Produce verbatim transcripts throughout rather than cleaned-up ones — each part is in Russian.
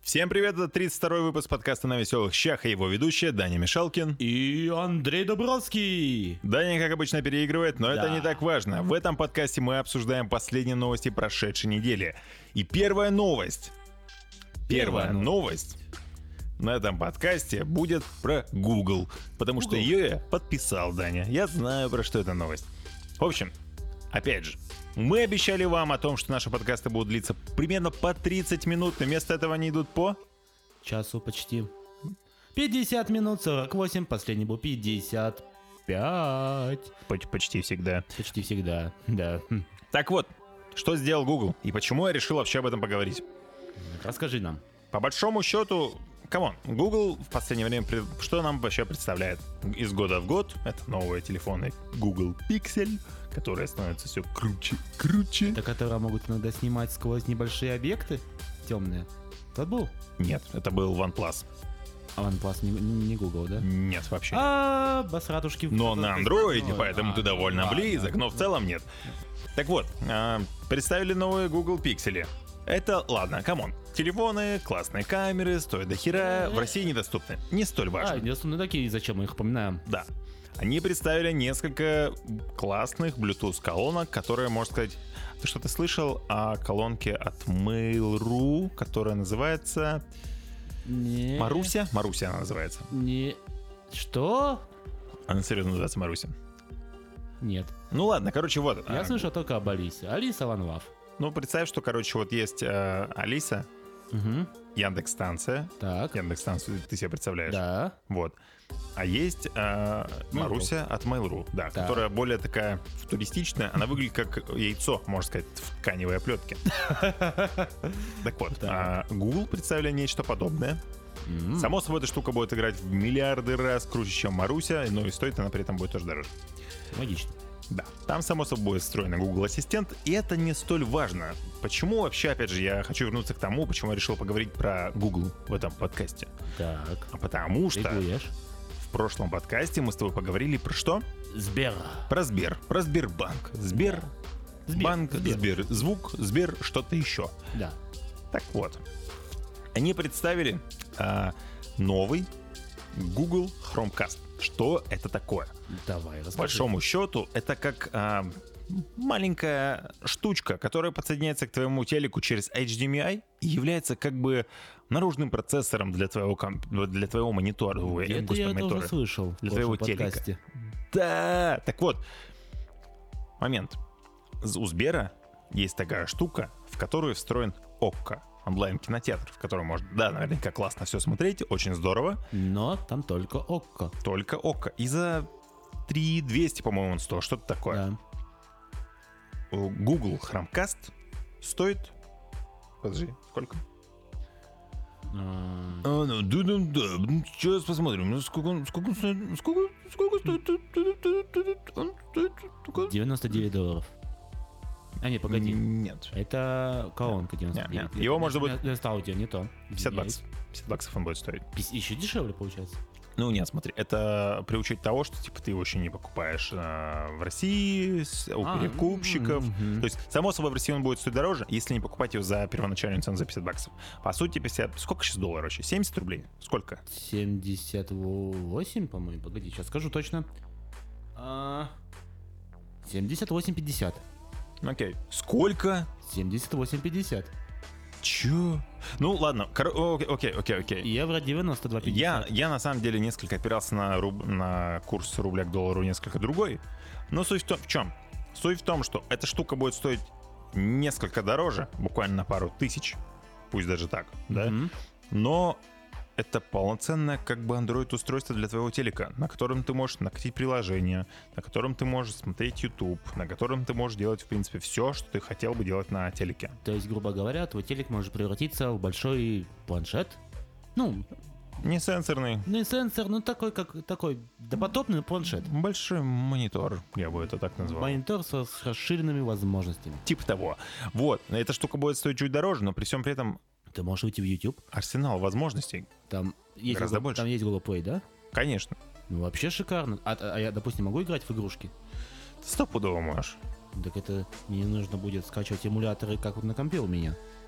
Всем привет, это тридцать второй выпуск подкаста «На веселых щах» и его ведущие Даня Мишалкин и Андрей Дубровский. Даня, как обычно, переигрывает, но да. это не так важно. В этом подкасте мы обсуждаем последние новости прошедшей недели. И первая новость, первая, первая новость на этом подкасте будет про Google, потому Google. что ее я подписал, Даня. Я знаю, про что эта новость. В общем, опять же, мы обещали вам о том, что наши подкасты будут длиться примерно по тридцать минут, но вместо этого они идут по... Часу почти. пятьдесят минут, сорок восемь, последний был пятьдесят пять. Почти всегда. Почти всегда, да. Так вот, что сделал Google и почему я решил вообще об этом поговорить? Расскажи нам. По большому счету, камон, Google в последнее время что нам вообще представляет? Из года в год это новые телефоны Google Pixel, которые становятся все круче, круче. Это которые могут иногда снимать сквозь небольшие объекты темные. Тот был? Нет, это был OnePlus. А OnePlus не, не Google, да? Нет, вообще. А, басратушки. Но на андроиде, поэтому ты довольно близок, но в целом нет. Так вот, представили новые Google Pixel. Это, ладно, камон. Телефоны, классные камеры, стоят до хера, в России недоступны. Не столь важно. А, недоступны такие, зачем мы их упоминаем? Да. Они представили несколько классных Bluetooth колонок, которые, можно сказать... Ты что-то слышал о колонке от Mail.ru, которая называется... Не. Маруся? Маруся она называется. Не. Что? Она серьезно называется Маруся. Нет. Ну ладно, короче, вот. Я а... слышал только об Алисе. Алиса One Love. Ну, представь, что, короче, вот есть э, Алиса, угу. Яндекс-станция. Так. Яндекс-станцию ты себе представляешь. Да. Вот. А есть э, Маруся от Mail.ru, да, так. которая более такая футуристичная. Она выглядит как яйцо, можно сказать, в тканевой оплетке. Так вот, Google представили нечто подобное. Само собой, эта штука будет играть в миллиарды раз круче, чем Маруся, но и стоит она при этом будет тоже дороже. Логично. Да, там, само собой, будет встроен Google Ассистент, и это не столь важно. Почему вообще, опять же, я хочу вернуться к тому, почему я решил поговорить про Google в этом подкасте. Так. А потому что Регуешь. в прошлом подкасте мы с тобой поговорили про что? Сбер. Про Сбер, про Сбербанк. Сбер, Сбер. банк, Сбер. Сбер, звук, Сбер, что-то еще. Да. Так вот, они представили а, новый Google Chromecast. Что это такое? Давай, расскажи. По большому счету, это как а, маленькая штучка, которая подсоединяется к твоему телеку через эйч ди эм ай и является как бы наружным процессором для твоего, комп... для твоего монитора. Ой, это господи, я монитора. тоже слышал. Для в твоего подкасте. телека. Да, так вот, момент. У Сбера есть такая штука, в которую встроен ОККО. Онлайн-кинотеатр, в котором можно, да, наверняка классно все смотреть, очень здорово. Но там только ОККО. Только ОККО. И за три тысячи двести, по-моему, он стоил, что-то такое. Да. Google Chromecast стоит... Подожди, сколько? А... А, ну, да, да, да. Сейчас посмотрим. Ну, сколько он, сколько он стоит? Сколько, сколько стоит? Он стоит? девяносто девять долларов. А, нет, погоди. Нет. Это колонка девяносто девять. Нет, нет. Его можно будет... Для аудио, не то. пятьдесят баксов. пятьдесят баксов он будет стоить. Еще дешевле получается. Ну нет, смотри, это при учете того, что типа ты его еще не покупаешь э, в России с, у а, перекупщиков. м-м-м. То есть, само собой, в России он будет стоить дороже, если не покупать его за первоначальную цену за пятьдесят баксов. По сути, пятьдесят... Сколько сейчас долларов вообще? семьдесят рублей? Сколько? семьдесят восемь, по-моему. Погоди, сейчас скажу точно. А... семьдесят восемь пятьдесят. Окей. Сколько? семьдесят восемь пятьдесят. Чё? Ну ладно, Кор- окей, окей, окей. Евро девяносто два пятьдесят. Я, я на самом деле несколько опирался на, руб... на курс рубля к доллару несколько другой. Но суть в, том, в чем? Суть в том, что эта штука будет стоить несколько дороже, буквально на пару тысяч, пусть даже так, да? Мгм. Но это полноценное как бы Android-устройство для твоего телека, на котором ты можешь накатить приложение, на котором ты можешь смотреть YouTube, на котором ты можешь делать, в принципе, все, что ты хотел бы делать на телеке. То есть, грубо говоря, твой телек может превратиться в большой планшет. Ну, Не сенсорный, не сенсор, ну такой, как такой допотопный планшет. большой монитор, я бы это так назвал. Монитор со, с расширенными возможностями. Типа того. Вот, эта штука будет стоить чуть дороже, но при всем при этом Ты можешь уйти в YouTube. арсенал возможностей, Там есть, Гораздо Google, больше. там есть Google Play, да? конечно. Ну вообще шикарно. А, а я, допустим, могу играть в игрушки? Ты стопудово можешь. Так это мне нужно будет скачивать эмуляторы, как вот на компе у меня.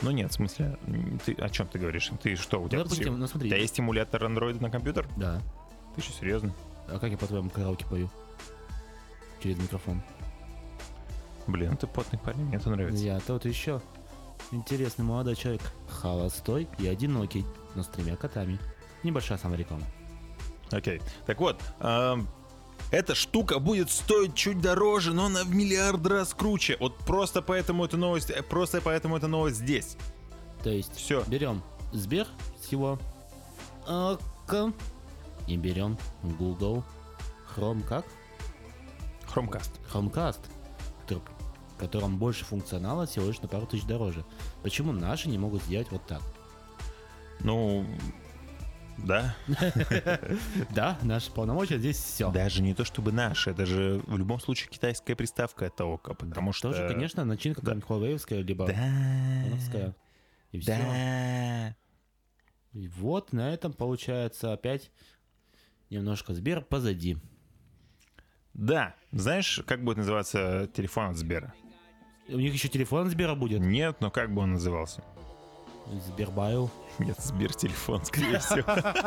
Ну нет, в смысле, ты о чем ты говоришь? Ты что, у тебя, Ну, допустим, ну у смотри. тебя есть эмулятор Android на компьютер? Да. Ты что, серьезно? А как я по-твоему караоке пою? Через микрофон. Блин, ты потный парень, мне это нравится. Я тот еще интересный молодой человек. Холостой и одинокий, но с тремя котами. Небольшая самореклама. Окей. Так вот, эм, эта штука будет стоить чуть дороже, но она в миллиард раз круче. Вот просто поэтому эта новость, э, просто поэтому эта новость здесь. То есть Все. берем Сбер с его АК и берем Google Chrome как? Chromecast. Chromecast, который, в котором больше функционала всего лишь на пару тысяч дороже. Почему наши не могут сделать вот так? Ну, да. Да, наши полномочия здесь все. Даже не то чтобы наш, это же в любом случае китайская приставка это ОКО, потому что... Тоже, конечно, начинка какая-нибудь Huawei-овская, либо Да. Huawei-овская. И все. Да. И вот на этом получается опять немножко Сбер позади. Да. Знаешь, как будет называться телефон от Сбера? У них еще телефон Сбера будет. Нет, но как бы он назывался? Сбербайл. Нет, Сбер-телефон, скорее всего.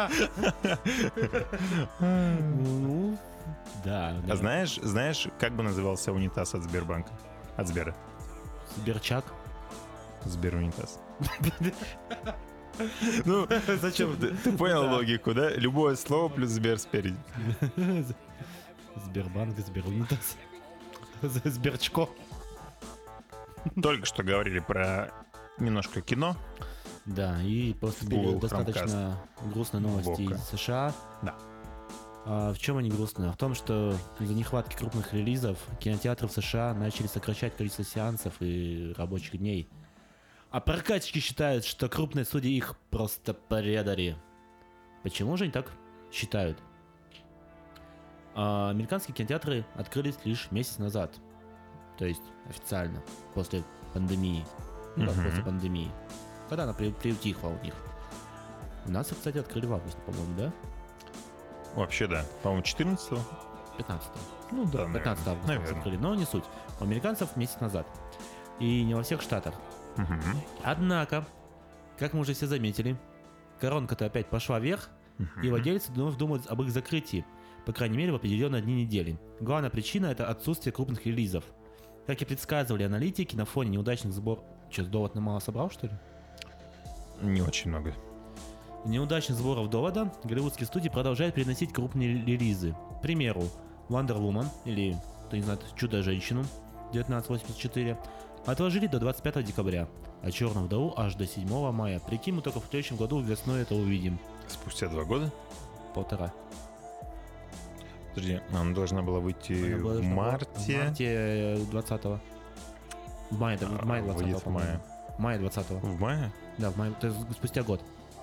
Ну, да. А знаешь, знаешь, как бы назывался унитаз от Сбербанка? От Сбера. Сберчак. Сбер-унитаз. Ну, Зачем? ты, ты понял Да. логику, да? Любое слово плюс Сбер спереди. Сбербанк, Сберунитаз. Сберчко. Только что говорили про немножко кино. Да, и после Google достаточно грустной новости Бока. из США. Да. А в чем они грустные? В том, что из-за нехватки крупных релизов кинотеатры в США начали сокращать количество сеансов и рабочих дней. А прокатчики считают, что крупные студии их просто предали. Почему же они так считают? А американские кинотеатры открылись лишь месяц назад. То есть официально, после пандемии. Ну, как Мгм. после пандемии. Когда она при- приутихла у них. У нас, кстати, открыли в августе, по-моему, да? Вообще, да. По-моему, четырнадцатого. пятнадцатого. Ну да, пятнадцатого августа наверное. открыли, но не суть. У американцев месяц назад. И не во всех штатах. Мгм. Однако, как мы уже все заметили, коронка-то опять пошла вверх, и владельцы вновь думают об их закрытии, по крайней мере в определенные дни недели. Главная причина — это отсутствие крупных релизов. Как и предсказывали аналитики, на фоне неудачных сборов... Че, довод на мало собрал, что ли? Не очень много. Неудачных сборов довода голливудские студии продолжают переносить крупные релизы. К примеру, Wonder Woman, или, кто не знает, Чудо-женщину девятнадцать восемьдесят четыре, отложили до двадцать пятого декабря, а Черную вдову аж до седьмого мая. Прикинь, мы только в следующем году весной это увидим. Спустя два года? Полтора. Подожди, она должна была выйти Она была в должна была марте. В марте двадцатого. В мае, да, в мае А, двадцатого, выйдет в мае. В мае двадцатого. В мае? Да, в мае, то есть спустя год.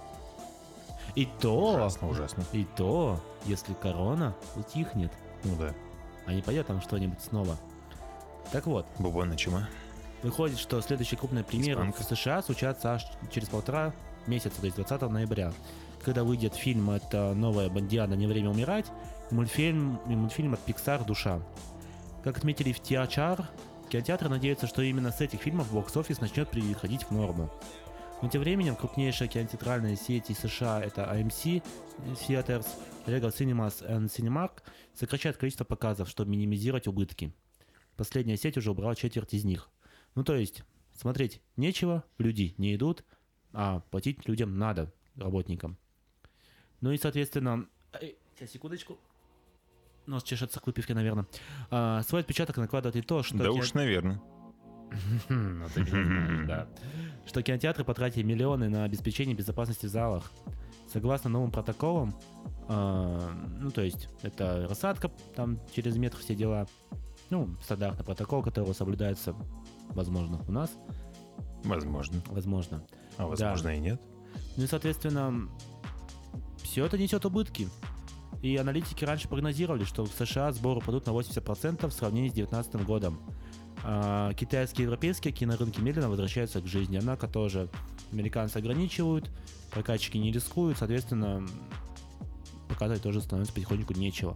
И то, Ужасно, ужасно. и то, если корона утихнет, Ну да. а не пойдет там что-нибудь снова. Так вот, Бубонная чума. выходит, что следующие крупные премьеры Испанка. в США случатся аж через полтора месяца, то есть двадцатого ноября, когда выйдет фильм «Это новая Бондиана. Не время умирать», и мультфильм, и мультфильм от Pixar «Душа». Как отметили в ти эйч ар, кинотеатры надеются, что именно с этих фильмов бокс-офис начнет приходить в норму. Но тем временем крупнейшие кинотеатральные сети США — это эй эм си Theaters, Regal Cinemas и Cinemark — сокращают количество показов, чтобы минимизировать убытки. Последняя сеть уже убрала четверть из них. Ну то есть, смотреть нечего, люди не идут, а платить людям надо, работникам. Ну и соответственно... Эй, сейчас, секундочку. Нос чешется к выпивке, наверное. А, свой отпечаток накладывает и то, что... Да кино- уж, наверное. Ну, ты меня знаешь, да. Что кинотеатры потратили миллионы на обеспечение безопасности в залах. Согласно новым протоколам, а, ну, то есть, это рассадка, там, через метр все дела. Ну, стандартный протокол, который соблюдается, возможно, у нас, Возможно. возможно. А возможно и нет. Ну и, соответственно, все это несет убытки. И аналитики раньше прогнозировали, что в США сборы упадут на восемьдесят процентов в сравнении с две тысячи девятнадцатым годом. А китайские и европейские кинорынки медленно возвращаются к жизни. Однако тоже американцы ограничивают, прокатчики не рискуют, соответственно, показывать тоже становится потихоньку нечего.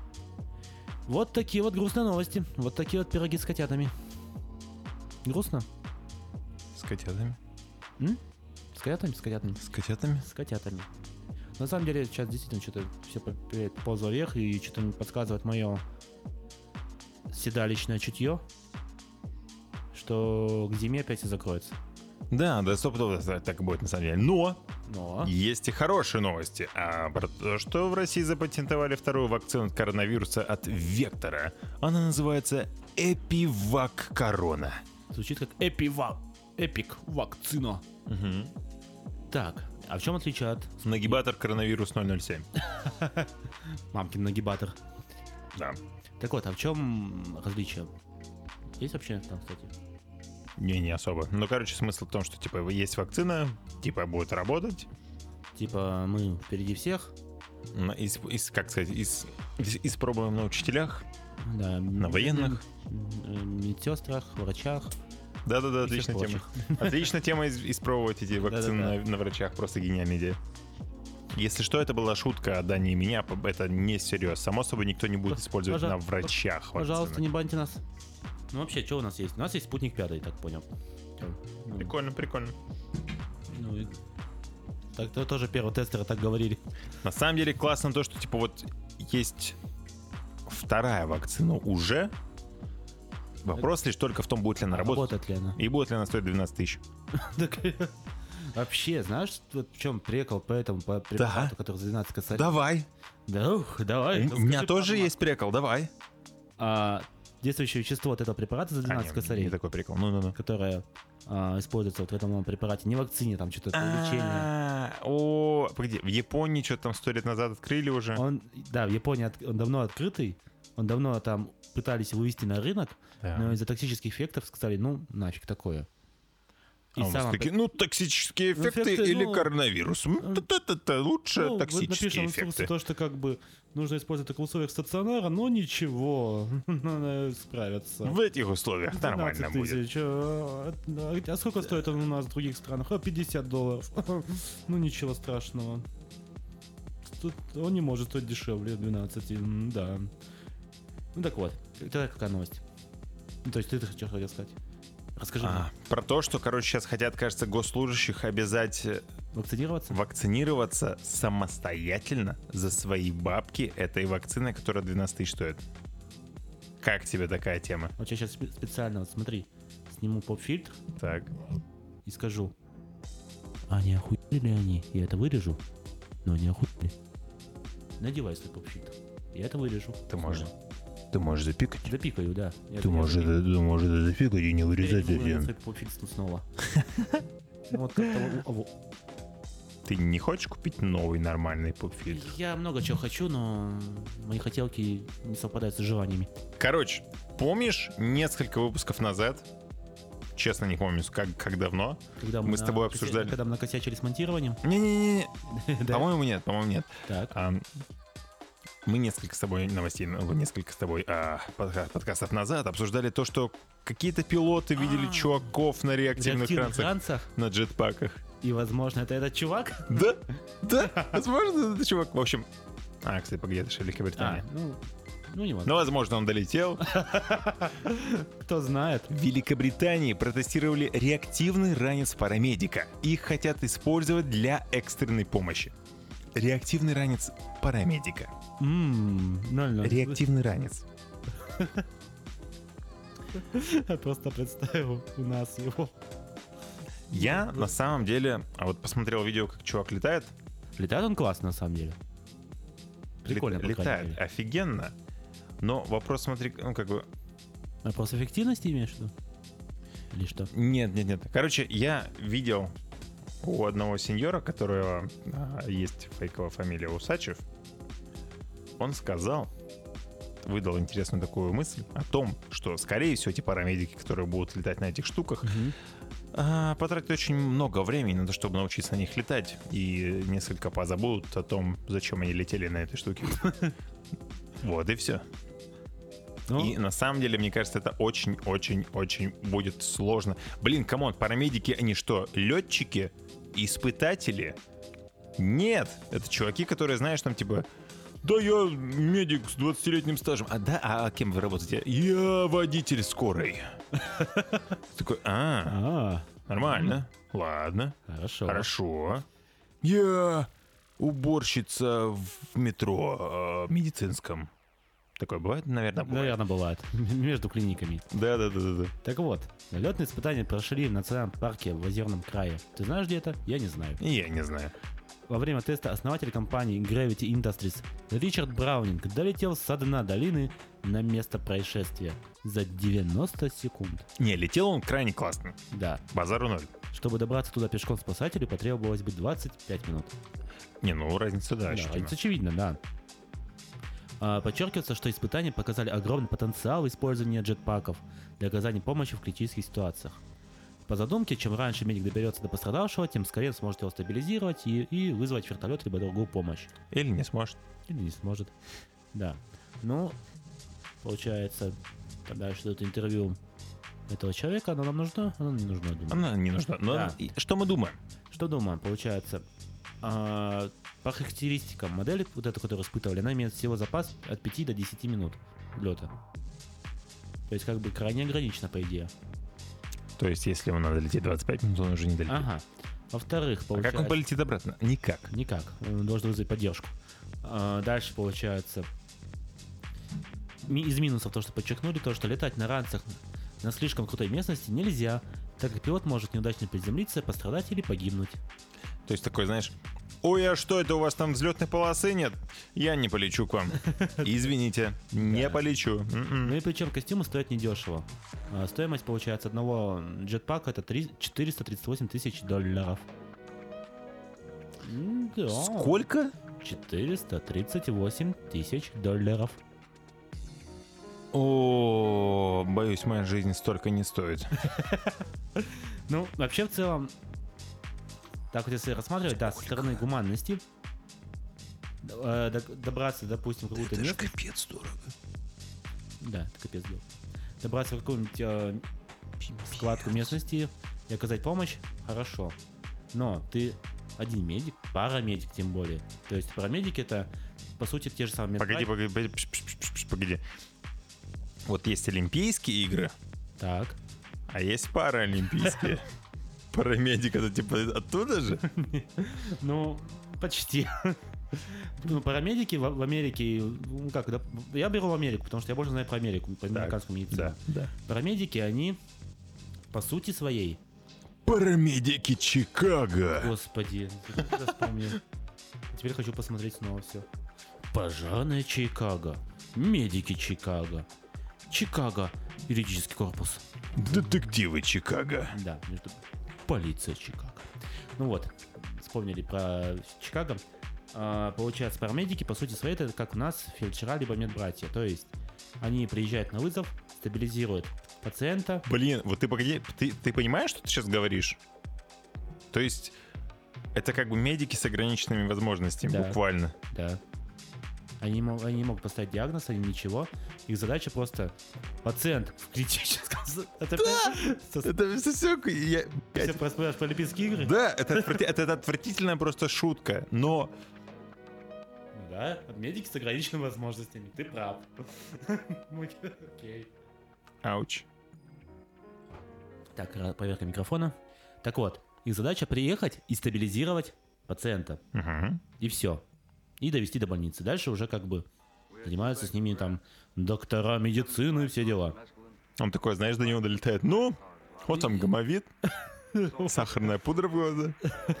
Вот такие вот грустные новости. Вот такие вот пироги с котятами. Грустно? С котятами. М? С котятами, с котятами. С котятами? С котятами. На самом деле, сейчас действительно что-то все ползло вверх, и что-то мне подсказывает мое седалищное чутье, что к зиме опять все закроется. Да, да, стопудово так и будет на самом деле. Но Но есть и хорошие новости. А про то, что в России запатентовали вторую вакцину от коронавируса от Вектора. Она называется Эпивак Корона. звучит как эпивак, эпик вакцина. Угу. Так, а в чем отличие от Нагибатор коронавирус ноль ноль семь. мамкин нагибатор? Да. Так вот, а в чем различие? Есть вообще там, кстати? Не, не особо. Ну, короче, смысл в том, что, типа, есть вакцина, типа, будет работать. Типа мы впереди всех. На- Из, из- как сказать, из, из- испробуем на учителях, Да, на военных. медсестрах, врачах. Да-да-да, и всех отличная тема. прочих. Отличная тема из- испробовать эти вакцины Да-да-да. на, на врачах. Просто гениальная идея. Если что, это была шутка о Дани и меня. Это не всерьез. Само собой, никто не будет использовать Пожа- на врачах Пожалуйста, вакцины. не баньте нас. Ну вообще, что у нас есть? У нас есть спутник пятый, так понял. Чё? Ну, Прикольно, прикольно. ну и- Так то тоже первые тестеры так говорили. На самом деле классно то, что, типа, вот есть вторая вакцина уже. Вопрос лишь только в том, будет ли она работать. Работает ли она? И будет ли она стоить двенадцать тысяч. Так, вообще, знаешь, вот в чем прикол по этому по препарату, который за двенадцать косарей? Давай. Да, ух, давай. У меня расскажи, тоже Павла. есть прикол, давай. А, действующее вещество от этого препарата за А, двенадцать не, косарей, не такой прикол. Ну-ну-ну. которое а, используется вот в этом новом препарате, не вакцине, там что-то лечение. А, О, погоди, в Японии что-то там сто лет назад открыли уже. Он, да, в Японии от- он давно открытый, он давно там пытались вывести на рынок, Да. но из-за токсических эффектов сказали, ну, нафиг такое. И А у нас сам такие, ну, токсические эффекты, эффекты, или ну, коронавирус. М, т-т-т-т, Лучше ну, вот токсические напишем в инструкции эффекты. то, что как бы нужно использовать только в условиях стационара, но ничего, надо справиться. В этих условиях нормально двенадцать будет. тысяч. А, а, а сколько стоит он у нас в других странах? А, пятьдесят долларов. Ну ничего страшного. Тут он не может стоить дешевле двенадцати, м, да. Ну так вот, тогда какая новость? Ну, то есть ты что хотел сказать? Расскажи А, про то, что, короче, сейчас хотят, кажется, госслужащих обязать мне. Вакцинироваться? вакцинироваться самостоятельно за свои бабки этой вакцины, которая двенадцать тысяч стоит. Как тебе такая тема? Вот я сейчас специально, вот смотри, сниму поп-фильтр Так. и скажу. А не охуели ли они? Я это вырежу, но не охуели. Надевай свой поп-фильтр. Я это вырежу. Ты можешь, ты можешь запикать. Запикаю, да. Я Ты это- можешь, я- это- ты можешь это запикать и не я вырезать не могу один. свой поп-фильтр снова. Ну, вот как-то во- во- Ты не хочешь купить новый нормальный поп-фильтр? Я много чего хочу, но мои хотелки не совпадают с желаниями. Короче, помнишь несколько выпусков назад, честно не помню, как, как давно, Когда Мы с на- тобой кося- обсуждали. Когда мы накосячили с монтированием. не-не-не, Да. по-моему нет, по-моему нет. Так. А, мы несколько с тобой новостей, ну, несколько с тобой а, подка- подкастов назад обсуждали то, что какие-то пилоты видели А. чуваков на В реактивных реактивных ранцах ранцах. на джетпаках. И, возможно, это этот чувак. Да, да, возможно, это чувак. В общем, а, кстати, погоди, это же А, Великобритания. ну, ну не важно. Ну, возможно, он долетел. Кто знает. В Великобритании протестировали реактивный ранец парамедика. Их хотят использовать для экстренной помощи. Реактивный ранец парамедика. Ммм, ноль ноль. Реактивный ранец. Я просто представил у нас его. Я на самом деле, а вот посмотрел видео, как чувак летает. Летает он классно, на самом деле. Прикольно, Лет- по крайней летает мере. офигенно. Но вопрос, смотри, ну как бы... Вопрос эффективности имеешь в виду? Или что? Нет, нет, нет. Короче, я видел у одного сеньора, которого а, есть фейковая фамилия Усачев. Он сказал, выдал интересную такую мысль о том, что, скорее всего, эти парамедики, которые будут летать на этих штуках, а, потратят очень много времени на то, чтобы научиться на них летать, и несколько позабудут о том, зачем они летели на этой штуке. Вот и все. Ну, И на самом деле, мне кажется, это очень-очень-очень будет сложно. Блин, камон, парамедики, они что, летчики? Испытатели? Нет, это чуваки, которые, знаешь, там типа... Да я медик с двадцатилетним стажем. А да, а кем вы работаете? Я водитель скорой. Такой, а, а, Нормально. Ладно. Хорошо. Хорошо. Я уборщица в метро э, медицинском. Такое бывает, наверное, бывает. Наверное, бывает. Между клиниками. Да, да, да, да, да. Так вот, летные испытания прошли в национальном парке в Озерном крае. Ты знаешь, где это? Я не знаю. Я не знаю. Во время теста основатель компании Gravity Industries Ричард Браунинг долетел с дна долины на место происшествия за девяносто секунд. Не, летел он крайне классно. Да. Базару ноль. Чтобы добраться туда пешком спасателю, потребовалось бы двадцать пять минут. Не, ну разница Да, дальше. это очевидно, да. А, подчеркивается, что испытания показали огромный потенциал использования джетпаков для оказания помощи в критических ситуациях. По задумке, чем раньше медик доберется до пострадавшего, тем скорее сможет его стабилизировать и, и вызвать вертолет либо другую помощь. Или не сможет. Или не сможет. Да. Ну, получается, дальше идет интервью этого человека. Оно нам нужно? Оно не нужно, я думаю. Она не нужна. Но Да. и что мы думаем? Что думаем? Получается, а, по характеристикам модели, вот эту, которую испытывали, она имеет всего запас от пяти до десяти минут лета. То есть как бы крайне ограничено, по идее. То есть, если ему надо лететь двадцать пять минут, он уже не долетит. Ага. Во-вторых, А получается... как он полетит обратно? Никак. Никак. Он должен вызвать поддержку. А, дальше, получается, ми- из минусов то, что подчеркнули, то, что летать на ранцах на слишком крутой местности нельзя, так как пилот может неудачно приземлиться, пострадать или погибнуть. То есть такой, знаешь, ой, а что это у вас там взлетной полосы нет? Я не полечу к вам. Извините, не Да. полечу. М-м. Ну и причем костюмы стоят недешево. А, стоимость, получается, одного джетпака это три- четыреста тридцать восемь тысяч долларов. М, Да. Сколько? четыреста тридцать восемь тысяч долларов. О, боюсь, моя жизнь столько не стоит. Ну, вообще, в целом, так вот если рассматривать, да, со стороны гуманности, э, д- добраться, допустим, в какую-то местность, капец дорого. да, это капец был. Добраться в какую-нибудь э, складку местности и оказать помощь, хорошо. Но ты один медик, парамедик тем более. То есть парамедики это, по сути, те же самые Погоди, медбратья. погоди, погоди, пш, пш, пш, пш, погоди. Вот есть олимпийские игры, Так. а есть паралимпийские. Парамедик это типа оттуда же? Ну, почти. Ну, парамедики в, в Америке, ну как, да, я беру в Америку, потому что я больше знаю про Америку, про американскую медицину. Да, да. Парамедики, они по сути своей, Парамедики Чикаго. господи, я вспомнил. Теперь хочу посмотреть снова все. Пожарная Чикаго, медики Чикаго, Чикаго, юридический корпус. Детективы Чикаго. Да, между... полиция Чикаго. Ну вот, вспомнили про Чикаго. А, получается, парамедики, по сути своей, это как у нас фельдшера либо медбратья. То есть они приезжают на вызов, стабилизируют пациента. Блин, вот ты погоди, ты, ты понимаешь, что ты сейчас говоришь? То есть это как бы медики с ограниченными возможностями, Да. буквально. Да. Они, мо- они не могут поставить диагноз, они ничего. Их задача просто пациент в критическом... Это Это все, я, все про про Олимпийские игры? да, это, отврати- это отвратительная просто шутка, но Да, медики с ограниченными возможностями. Ты прав. Окей. ауч. Так, ра- проверка микрофона. Так вот, их задача приехать и стабилизировать пациента. Мгм. И все. И довести до больницы. Дальше уже как бы занимаются с ними там доктора медицины и все дела. Он такой, знаешь, до него долетает. Ну, вот там гомовид, сахарная пудра в глаза,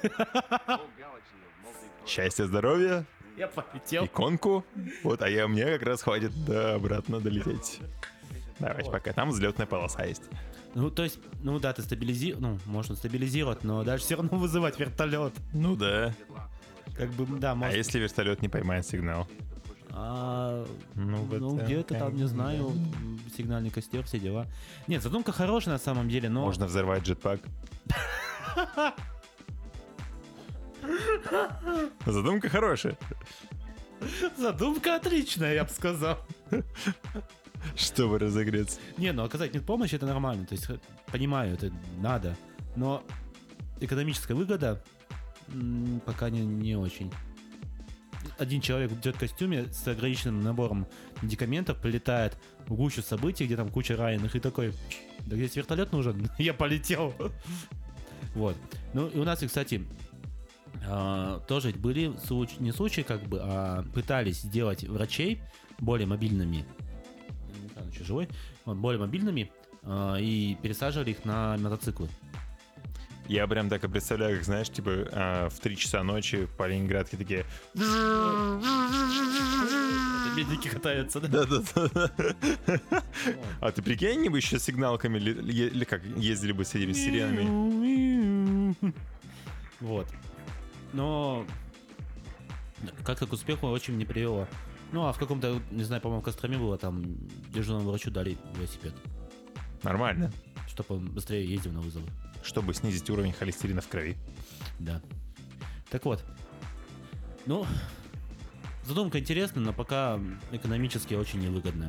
счастья, здоровья, Я полетел. иконку. Вот, а я, мне как раз хватит до обратно долететь. Давайте пока. Там взлетная полоса есть. Ну, то есть, ну да, ты стабилизируешь, ну, можно стабилизировать, но дальше все равно вызывать вертолет. Ну да. Как бы, да, А может... если вертолет не поймает сигнал? А, Ну, ну, вот, где-то э, там, не знаю, м, сигнальный костер, все дела. Нет, задумка хорошая на самом деле, но... Можно взорвать джетпак. Задумка хорошая. Задумка отличная, я бы сказал. Чтобы разогреться. Не, ну оказать медпомощь это нормально, то есть х- понимаю, это надо, но экономическая выгода м, пока не, не очень. Один человек идет в костюме с ограниченным набором медикаментов, прилетает в гущу событий, где там куча раненых, и такой, да здесь вертолет нужен, я полетел. Вот. Ну и у нас, и, кстати, а, тоже были случаи, не случаи, как бы, а пытались сделать врачей более мобильными. Не знаю, еще живой. Вот, более мобильными а, и пересаживали их на мотоциклы. Я прям так и представляю, как, знаешь, типа э, в три часа ночи по Ленинградке такие... Медики катаются, да? Да-да-да. А ты прикинь, они бы еще сигналками или как ездили бы, сидели с сиренами? Вот. Но как-то к успеху очень не привело. Ну, а в каком-то, не знаю, по-моему, в Костроме было, там дежурному врачу дали велосипед. Нормально. Чтобы он быстрее ездил на вызовы. Чтобы снизить уровень холестерина в крови. Да. Так вот. Ну, задумка интересная, но пока экономически очень невыгодная.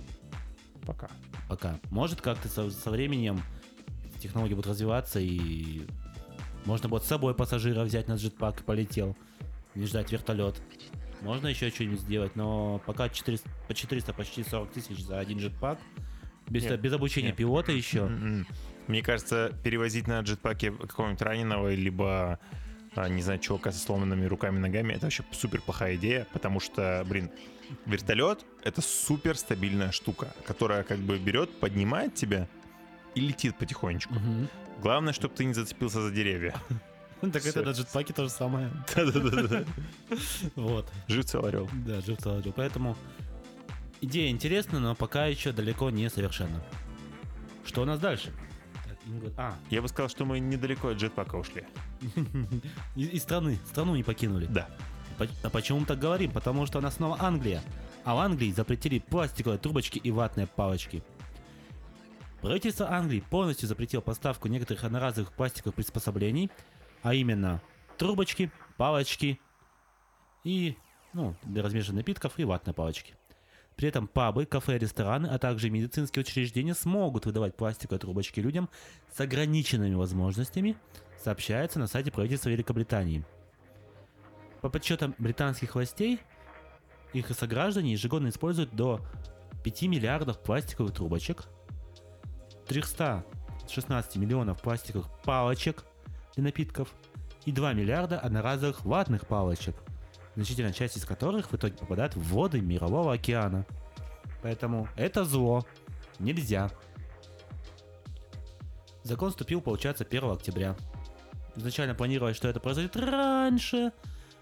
Пока. Пока. Может, как-то со, со временем технологии будут развиваться, и можно будет с собой пассажира взять на джетпак и полетел. Не ждать вертолет. Можно еще что-нибудь сделать, но пока четыреста, по четыреста, почти сорок тысяч за один джетпак. Без, Нет, без обучения нет. пилота еще. М-м. Мне кажется, перевозить на джетпаке какого-нибудь раненого, либо, а, не знаю, чувака со сломанными руками, ногами, это вообще супер плохая идея, потому что, блин, вертолет — это супер стабильная штука, которая как бы берет, поднимает тебя и летит потихонечку. Мгм. Главное, чтобы ты не зацепился за деревья. Так Всё. это на джетпаке то же самое. Да-да-да. Вот. Жив цел орел. Да, жив целый орел. Поэтому идея интересна, но пока еще далеко не совершенна. Что у нас дальше? Так, Ингвар- А, Я бы сказал, что мы недалеко от джетпака ушли. из, из страны, страну не покинули. Да. По- А почему мы так говорим? Потому что она снова Англия. А в Англии запретили пластиковые трубочки и ватные палочки. Правительство Англии полностью запретило поставку некоторых одноразовых пластиковых приспособлений, а именно трубочки, палочки и, ну, для размешивания напитков и ватные палочки. При этом пабы, кафе, рестораны, а также медицинские учреждения смогут выдавать пластиковые трубочки людям с ограниченными возможностями, сообщается на сайте правительства Великобритании. По подсчетам британских властей, их сограждане ежегодно используют до пяти миллиардов пластиковых трубочек, триста шестнадцать миллионов пластиковых палочек для напитков и два миллиарда одноразовых ватных палочек, значительная часть из которых в итоге попадает в воды Мирового океана. Поэтому это зло. Нельзя. Закон вступил, получается, первого октября. Изначально планировалось, что это произойдет раньше,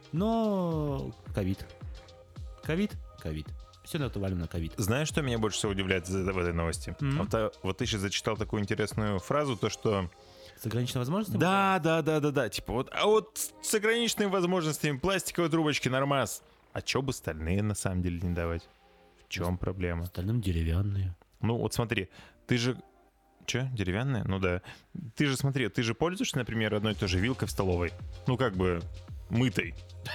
но ковид. Ковид? Ковид. Все на это валим на ковид. Знаешь, что меня больше всего удивляет в в этой новости? Мгм. Вот, а, вот ты сейчас зачитал такую интересную фразу, то что... С ограниченной возможностью? Да, да, да, да, да, типа вот, а вот с ограниченными возможностями пластиковые трубочки нормас. А чё бы остальные на самом деле не давать? В чем проблема? Остальным деревянные. Ну вот смотри, ты же... Че, деревянная? Ну да. Ты же смотри, ты же пользуешься, например, одной и той же вилкой в столовой. Ну как бы мытой.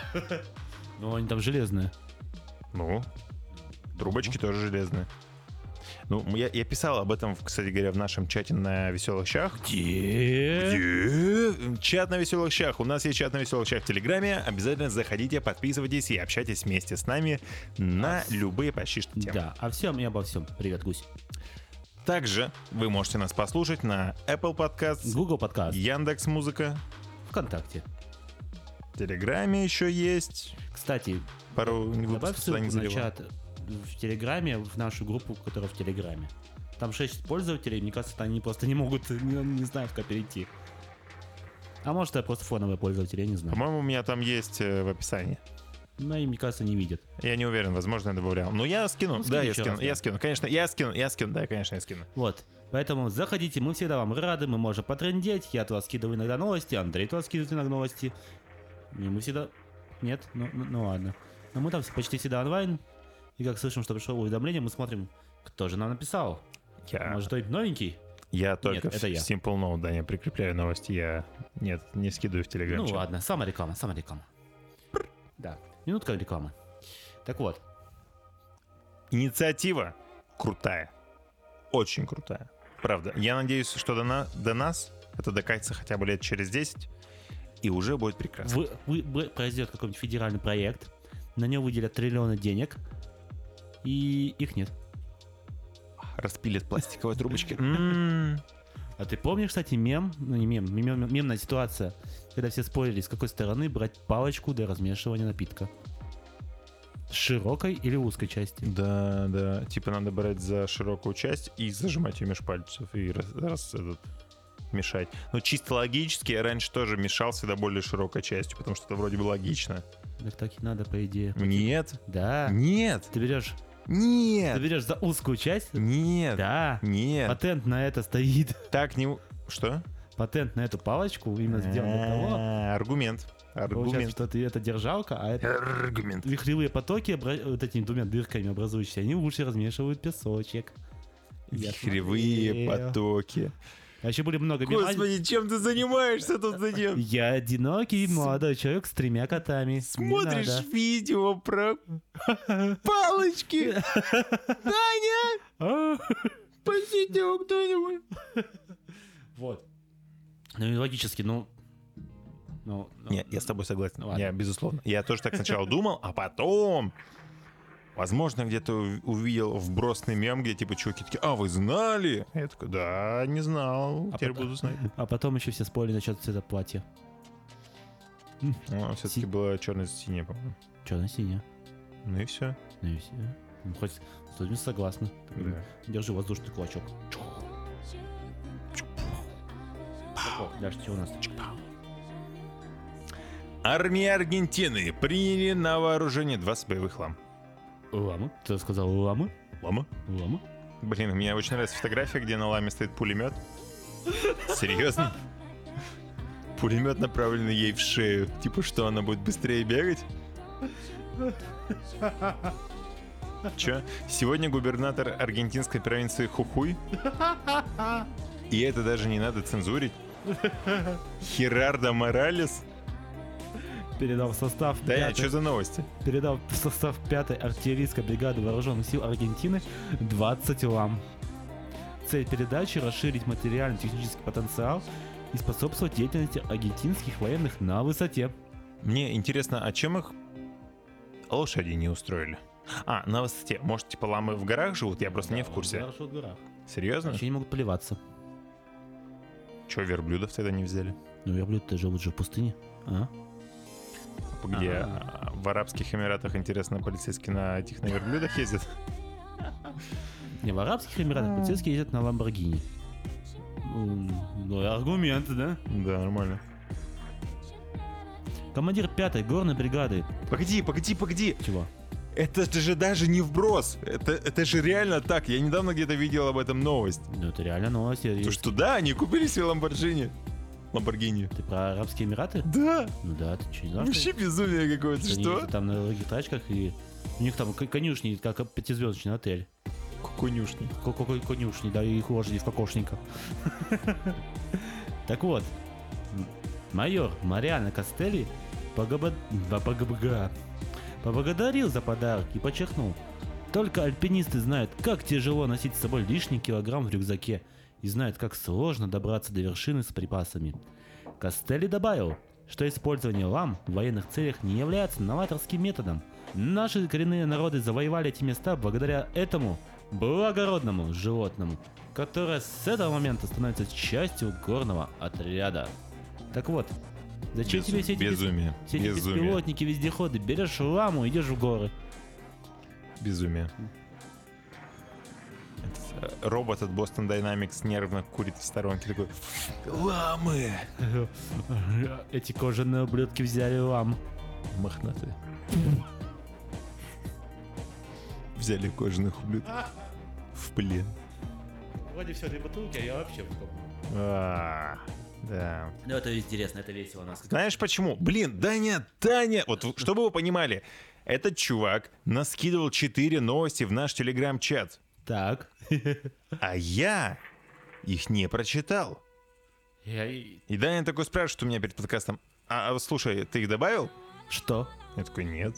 Но они там железные. Ну, трубочки тоже железные. Ну, я, я писал об этом, кстати говоря, в нашем чате на Веселых Щах. Где? Где? Чат на Веселых Щах. У нас есть чат на Веселых Щах в Телеграме. Обязательно заходите, подписывайтесь и общайтесь вместе с нами на любые почти что темы. Да, о всем и обо всем. Привет, Гусь. Также вы можете нас послушать на Apple Podcasts, Google подкаст. Яндекс.Музыка, ВКонтакте. в Телеграме еще есть. Кстати, Пару добавь выпусков туда не ссылку на заливал. чат в Телеграме, в нашу группу, которая в Телеграме. Там шесть пользователей, мне кажется, они просто не могут, не, не знаю, как перейти. А может, это просто фоновые пользователи, я не знаю. По-моему, у меня там есть э, в описании. Но им, мне кажется, не видят. Я не уверен, возможно, я добавлял. Но я скину. Ну, да, скинь я еще скину. раз, да. Я скину. Конечно, я скину. Я скину. Да, конечно, я скину. Вот. Поэтому заходите, мы всегда вам рады, мы можем потрындеть. Я от вас скидываю иногда новости, Андрей от вас скидывает иногда новости. И мы всегда... Нет? Ну, ну, ну ладно. Но мы там почти всегда онлайн. И как слышим, что пришло уведомление, мы смотрим, кто же нам написал. Я, Может, кто-нибудь новенький? я только это в я. Simple Note, да, не прикрепляю новости. Я нет, не скидываю в Telegram. Ну ладно, сама реклама, сама реклама. Да, минутка рекламы. Так вот, Инициатива крутая. Очень крутая. Правда. Я надеюсь, что до, на- до нас это докатится хотя бы лет через десять. И уже будет прекрасно. вы, вы- вы- произойдет какой-нибудь федеральный проект, на него выделят триллионы денег, и их нет. Распилят пластиковые трубочки. М, А ты помнишь, кстати, мем, ну не мем, мем, мемная ситуация, когда все спорили, с какой стороны брать палочку для размешивания напитка? С широкой или узкой части? Да, да. Типа надо брать за широкую часть и зажимать ее меж пальцев и раз, раз этот, мешать. Но чисто логически я раньше тоже мешал всегда более широкой частью, потому что это вроде бы логично. Так так и надо, по идее. Нет. Да. Нет. Ты берешь, Нет. ты берешь за узкую часть? Нет. Да. Нет. Патент на это стоит. Так не... Что? Патент на эту палочку именно сделан для того. А, Аргумент. Получается, Аргумент. что ты это держалка, а это Аргумент. вихревые потоки обра- вот этими двумя дырками образующиеся, они лучше размешивают песочек. Я Вихревые смотрел. потоки. А еще были много мемов. Господи, чем ты занимаешься тут зачем? Я одинокий молодой человек с тремя котами. Не Смотришь надо. видео про палочки. Таня, посидел кто-нибудь. Вот. Ну и логически, ну... ну, ну Нет, я с тобой согласен. Ну, ладно. Я, безусловно. Я тоже так сначала думал, а потом... Возможно, где-то ув- увидел вбросный мем, где типа чуваки такие, а вы знали? Я такой, да, не знал, А теперь потом- буду знать. А потом еще все спорили насчет цвета платья. Ну, все-таки Си- было черно-синее, по-моему. Черно-синяя. Ну и все. Ну и все. Ну, хоть с этим согласна. Да. Держи воздушный кулачок. Дальше что у нас? Армия Аргентины приняли на вооружение двадцать боевых лам. Лама? Ты сказал лама? Лама? Лама? Блин, мне очень нравится фотография, где на ламе стоит пулемет. Серьезно? Пулемет направлен ей в шею. Типа, что она будет быстрее бегать? Чё? Сегодня губернатор аргентинской провинции Хухуй. И это даже не надо цензурить. Херардо Моралес. Передал в состав Да, пятой- что за новости? передал в состав пятой артиллерийской бригады вооруженных сил Аргентины двадцать лам. Цель передачи — расширить материально-технический потенциал и способствовать деятельности аргентинских военных на высоте. Мне интересно, а чем их лошади не устроили? А, на высоте. Может, типа ламы в горах живут? Я просто не в курсе. Хорошо, в горах. Серьезно? Вообще не могут поливаться. Че, верблюдов тогда не взяли? Ну, верблюд-то живут же в пустыне. А? Где А. а, в Арабских Эмиратах, интересно, полицейские на этих на верблюдах ездят? Не, в Арабских Эмиратах полицейские ездят на Ламборгини. М, Ну, и аргумент, да? Да, нормально. Командир пятой горной бригады. Погоди, погоди, погоди. Чего? Это же даже не вброс. Это, это же реально так. Я недавно где-то видел об этом новость. Ну, это реально новость. Я- То, что да, они купили себе Ламборджини. Ламборгини. Ты про Арабские Эмираты? Да. Ну да, ты что, не знал, Вообще безумие какое-то. что они Что? ездят там на дорогих тачках, и у них там к- конюшни, как пятизвездочный отель. Конюшни. Какой конюшни, да, и их лошади в кокошниках. Так вот, м- майор Мариано Костелли погоба- ба- погоба- поблагодарил за подарок и подчеркнул: только альпинисты знают, как тяжело носить с собой лишний килограмм в рюкзаке и знают, как сложно добраться до вершины с припасами. Костелли добавил, что использование лам в военных целях не является новаторским методом. Наши коренные народы завоевали эти места благодаря этому благородному животному, которое с этого момента становится частью горного отряда. Так вот, зачем Безу- тебе все эти, бес- Безумие. все эти Безумие. беспилотники, вездеходы? Берешь ламу, идешь в горы. Безумие. Этот, э, Робот от Boston Dynamics нервно курит в сторонке такой: ламы! Эти кожаные ублюдки взяли ламу. Мохнатые. Взяли кожаных ублюдков в плен. Вроде все, этой бутылки, а я вообще в ком. А, да. Ну это интересно, это весело нас. Знаешь почему? Блин, Даня, Даня! Вот в- чтобы вы понимали, этот чувак наскидывал четыре новости в наш телеграм-чат, Так. а я их не прочитал. Я и- И Даня такой спрашивает у меня перед подкастом: а, а, слушай, ты их добавил? Что? Я такой: нет.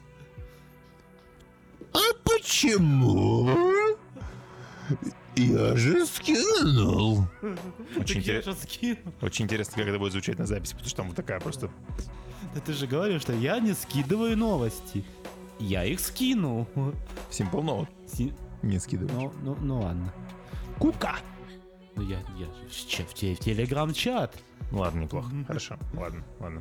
А почему? Я же скинул. Очень, Так я интерес- же скинул. очень интересно, как это будет звучать на записи, потому что там вот такая просто... Да ты же говорил, что я не скидываю новости. Я их скинул. Simple Note. Си- Не скидываешь. Ну, ну, ну ладно. Кука! Ну я, я в, в, в телеграм-чат. Ладно, неплохо. Хорошо, ладно, ладно.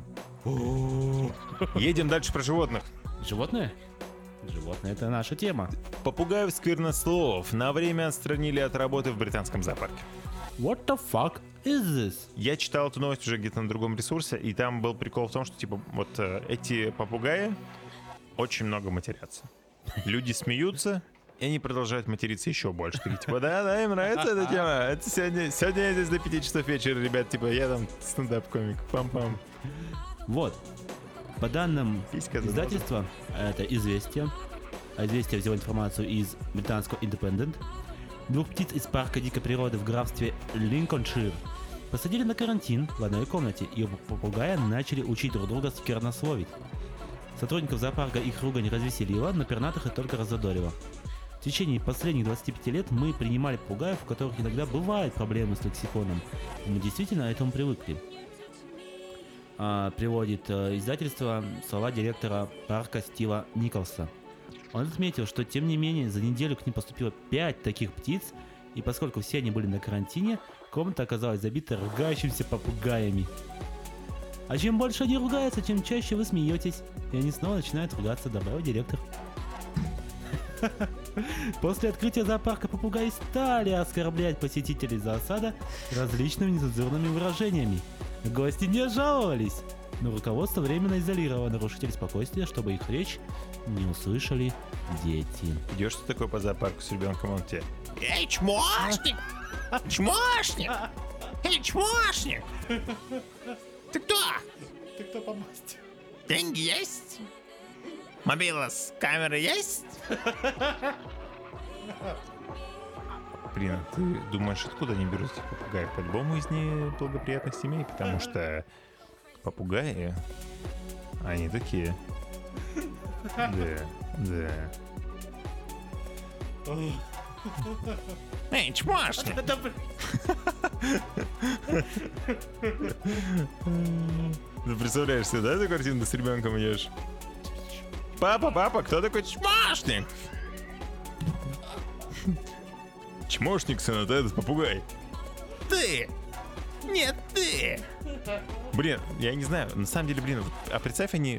Едем дальше про животных. Животные? Животные — это наша тема. Попугаев сквернословов на время отстранили от работы в британском зоопарке. What the fuck is this? Я читал эту новость уже где-то на другом ресурсе, и там был прикол в том, что типа вот э, эти попугаи очень много матерятся. Люди смеются, и они продолжают материться еще больше. Такие, типа, да, да, им нравится эта тема. Это сегодня, сегодня я здесь до пяти часов вечера, ребят, типа, я там стендап-комик. Пам-пам. Вот. По данным Писька за издательства, это «Известия», а «Известия» взял информацию из британского «Independent», двух птиц из парка дикой природы в графстве Линкольншир посадили на карантин в одной комнате, и оба попугая начали учить друг друга сквернословить. Сотрудников зоопарка их ругань развеселила, но пернатых это только раззадорило. В течение последних двадцати пяти лет мы принимали попугаев, у которых иногда бывают проблемы с лексиконом, и мы действительно к этому привыкли. А, приводит а, издательство слова директора парка Стива Николса. Он отметил, что тем не менее за неделю к ним поступило пять таких птиц, и поскольку все они были на карантине, комната оказалась забита ругающимися попугаями. А чем больше они ругаются, тем чаще вы смеетесь, и они снова начинают ругаться, добавил директор. После открытия зоопарка попугаи стали оскорблять посетителей зоосада различными нецензурными выражениями. Гости не жаловались, но руководство временно изолировало нарушителей спокойствия, чтобы их речь не услышали дети. Идешь ты такой по зоопарку с ребенком, он тебе: эй, чмошник! Чмошник! Эй, чмошник! Ты кто? Ты кто по масти? Деньги есть? Мобила с камерой есть? Блин, ты думаешь, откуда они берут этих попугаев? По-любому из неблагоприятных семей, потому что попугаи, они такие. Да, да. Эй, чмошник! Ты представляешь себе, да, эту картину, ты с ребенком идешь? Папа, папа, кто такой чмошник? Чмошник, сын, это этот попугай. Ты! Нет, ты! Блин, я не знаю, на самом деле, блин, а представь, они...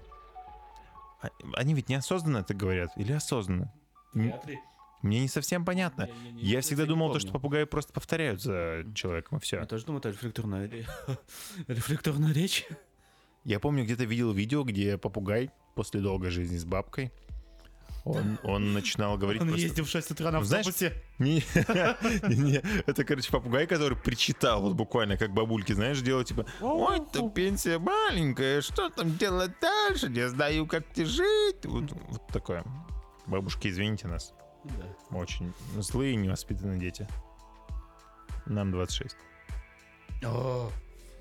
Они ведь неосознанно это говорят, или осознанно? Вряд ли. Мне не совсем понятно. Не, не, не, я не, всегда не думал, помню. то, что попугаи просто повторяют за человеком, и все. Я тоже думал, это рефлекторная, ре- рефлекторная речь. Я помню, где-то видел видео, где попугай после долгой жизни с бабкой, он, он начинал говорить... Он просто... ездил в шесть утра на Ну, знаешь, автобусе. Не, не, не, это, короче, попугай, который причитал, вот буквально, как бабульки, знаешь, делал типа: ой, то пенсия маленькая, что там делать дальше, не знаю, как тебе жить. Вот, вот такое. Бабушки, извините нас. Да. Мы очень злые, невоспитанные дети. Нам двадцать шесть. О.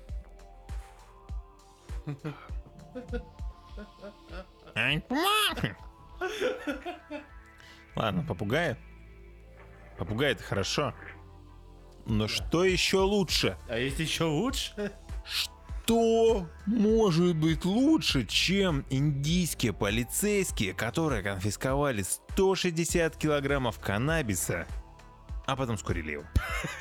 Ладно, попугаи. Попугай — это хорошо. Но что еще лучше? А есть еще лучше? Что может быть лучше, чем индийские полицейские, которые конфисковали сто шестьдесят килограммов каннабиса, а потом скурили его?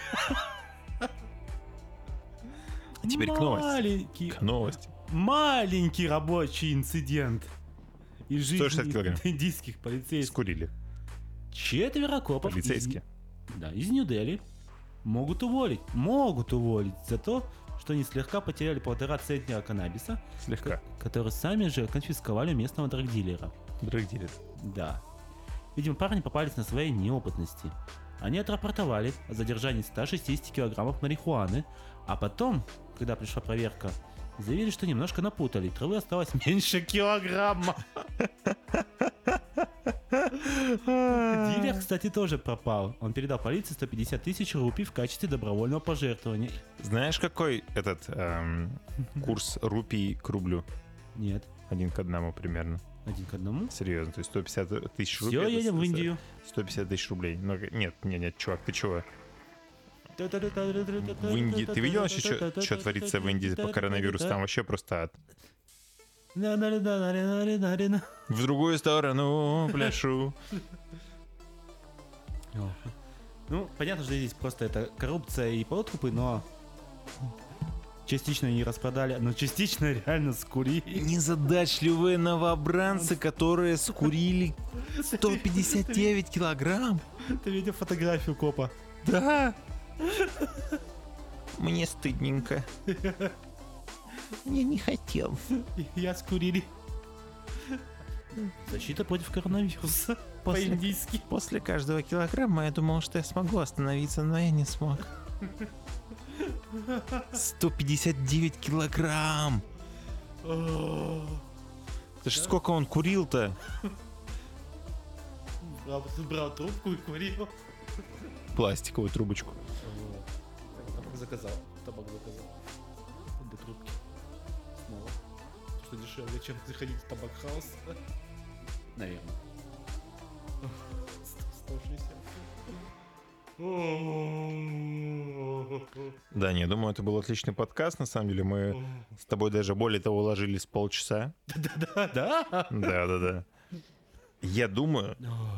А теперь к новости. Маленький, К новости. маленький рабочий инцидент из сто шестьдесят жизни килограмм. индийских полицейских. Скурили. Четверо копов Полицейские. из, да, из Нью-Дели могут уволить, могут уволить за то, что они слегка потеряли полтора центнера каннабиса, Слегка. ко- который сами же конфисковали у местного драгдилера. Драгдилер. Да. Видимо, парни попались на своей неопытности. Они отрапортовали о задержании ста шестидесяти килограммов марихуаны, а потом, когда пришла проверка, заявили, что немножко напутали. Травы осталось меньше килограмма. Дилер, кстати, тоже пропал. Он передал полиции сто пятьдесят тысяч рупий в качестве добровольного пожертвования. Знаешь, какой этот эм, курс рупий к рублю? Нет, Один к одному примерно. один к одному. Серьезно, то есть сто пятьдесят тысяч рублей. Все, это едем в сто- Индию. сто пятьдесят тысяч рублей. Но, нет, нет, нет, чувак, ты чего? В В Индии. Ты видел вообще, что, что творится в Индии по коронавирусу? Там вообще просто ад. В другую сторону пляшу. Ну, понятно, что здесь просто это коррупция и подкупы, но частично не распродали, но частично реально скурили. Незадачливые новобранцы, которые скурили сто пятьдесят девять килограмм. Ты видел фотографию копа? Да. Мне стыдненько. Я не хотел. Я скурили. Защита против коронавируса. После- По-индийски. После каждого килограмма я думал, что я смогу остановиться, но я не смог. сто пятьдесят девять килограмм. Это ж сколько он курил-то? Брал, брал трубку и курил. Пластиковую трубочку. Табак заказал. Табак заказал. До трубки. Снова. Что дешевле, чем заходить в табак-хаус. Наверное. сто шестьдесят. Да, не, думаю, это был отличный подкаст. На самом деле мы с тобой даже более того уложились полчаса. Да-да-да. Да-да-да. Я думаю,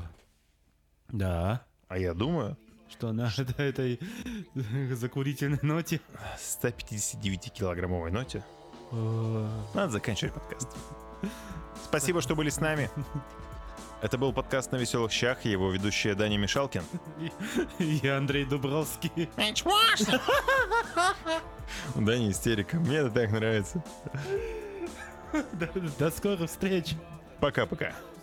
Да. а я думаю, Что на этой закурительной ноте. сто пятьдесят девять килограммовой ноте надо заканчивать подкаст. Спасибо, что были с нами. Это был подкаст «На веселых щах», и его ведущая Даня Мишалкин. Я Андрей Дубровский. У Дани истерика. Мне это так нравится. До, до скорых встреч. Пока-пока.